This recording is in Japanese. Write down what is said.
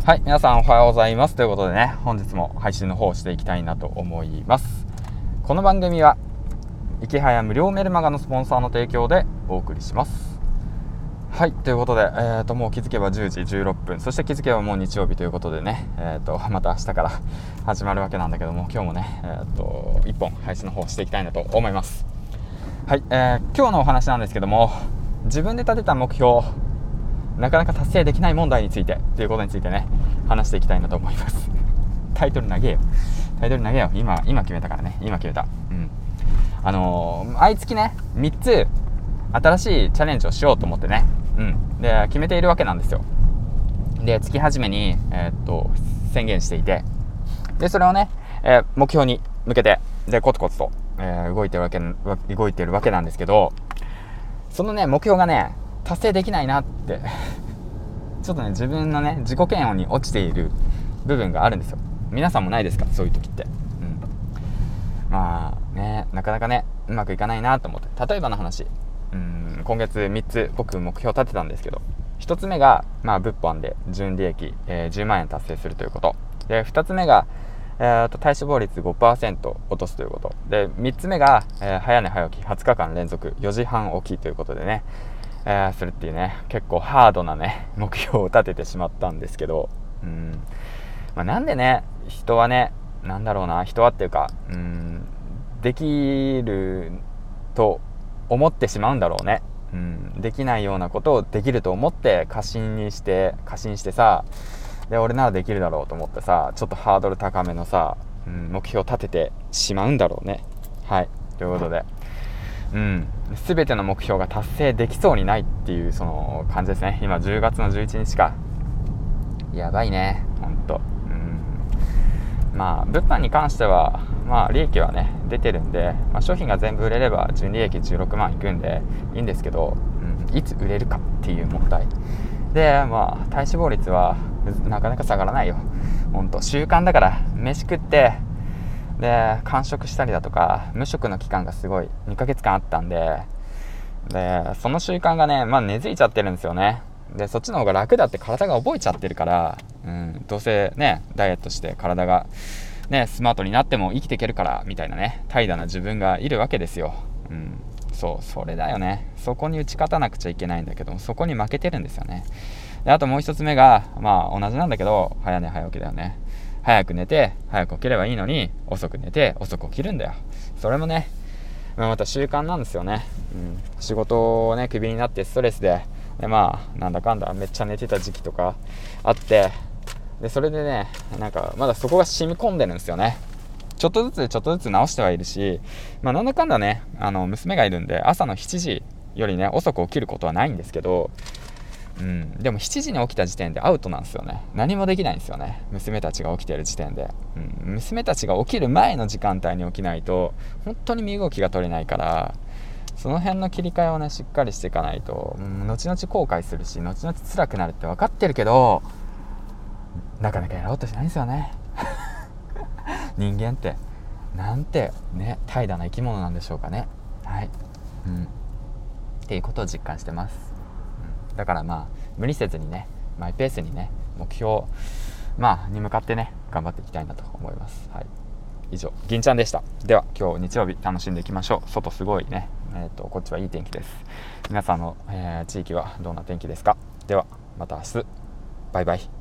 はい、皆さんおはようございます。ということでね、本日も配信の方をしていきたいなと思います。この番組はいきはや無料メルマガのスポンサーの提供でお送りします。はい、ということで、もう気づけば10時16分、そして気づけばもう日曜日ということでね、また明日から始まるわけなんだけども、今日もね、1本配信の方をしていきたいなと思います。はい、今日のお話なんですけども、自分で立てた目標なかなか達成できない問題についてということについてね、話していきたいなと思います。タイトル投げよ今決めたからね。今決めた。毎月ね3つ新しいチャレンジをしようと思ってね、で決めているわけなんですよ。で月始めに、宣言していて、でそれをね、目標に向けてでコツコツと、動いてるわけなんですけど、そのね目標がね達成できないなってちょっとね自分のね自己嫌悪に落ちている部分があるんですよ。皆さんもないですか、そういう時って。まあね、なかなかねうまくいかないなと思って、例えばの話、今月3つ僕目標立てたんですけど、1つ目が物販で純利益、10万円達成するということで、2つ目が体脂肪率 5% 落とすということで、3つ目が、早寝早起き20日間連続4時半起きということでね、するっていうね、結構ハードなね目標を立ててしまったんですけど、なんでね人はね、人はっていうか、できると思ってしまうんだろうね。できないようなことをできると思って過信してさ、で俺ならできるだろうと思ってさ、ちょっとハードル高めのさ、目標を立ててしまうんだろうね。はい、ということで、全ての目標が達成できそうにないっていうその感じですね。今10月の11日か。やばいね、ほんと。物販に関しては利益はね出てるんで、商品が全部売れれば純利益16万いくんでいいんですけど、いつ売れるかっていう問題で、体脂肪率はなかなか下がらないよ。ほんと習慣だから、飯食ってで間食したりだとか無食の期間がすごい2ヶ月間あったんで、その習慣がね根付いちゃってるんですよね。でそっちの方が楽だって体が覚えちゃってるから、どうせねダイエットして体がねスマートになっても生きていけるからみたいなね怠惰な自分がいるわけですよ。それだよね。そこに打ち勝たなくちゃいけないんだけど、そこに負けてるんですよね。であともう一つ目が同じなんだけど、早寝早起きだよね。早く寝て早く起きればいいのに、遅く寝て遅く起きるんだよ。それもねまた習慣なんですよね。仕事をねクビになってストレスでなんだかんだめっちゃ寝てた時期とかあって、でそれでねまだそこが染み込んでるんですよね。ちょっとずつ直してはいるし、なんだかんだね娘がいるんで朝の7時よりね遅く起きることはないんですけど、でも7時に起きた時点でアウトなんですよね。何もできないんですよね、娘たちが起きてる時点で。娘たちが起きる前の時間帯に起きないと本当に身動きが取れないから、その辺の切り替えをねしっかりしていかないと、後々後悔するし後々辛くなるって分かってるけど、なかなかやろうとしないんですよね人間ってなんてね怠惰な生き物なんでしょうかね。はい、っていうことを実感してます。だから無理せずにねマイペースにね目標に向かってね頑張っていきたいなと思います。はい、以上銀ちゃんでした。では今日日曜日楽しんでいきましょう。外すごいね、こっちはいい天気です。皆さんの、地域はどんな天気ですか。ではまた明日、バイバイ。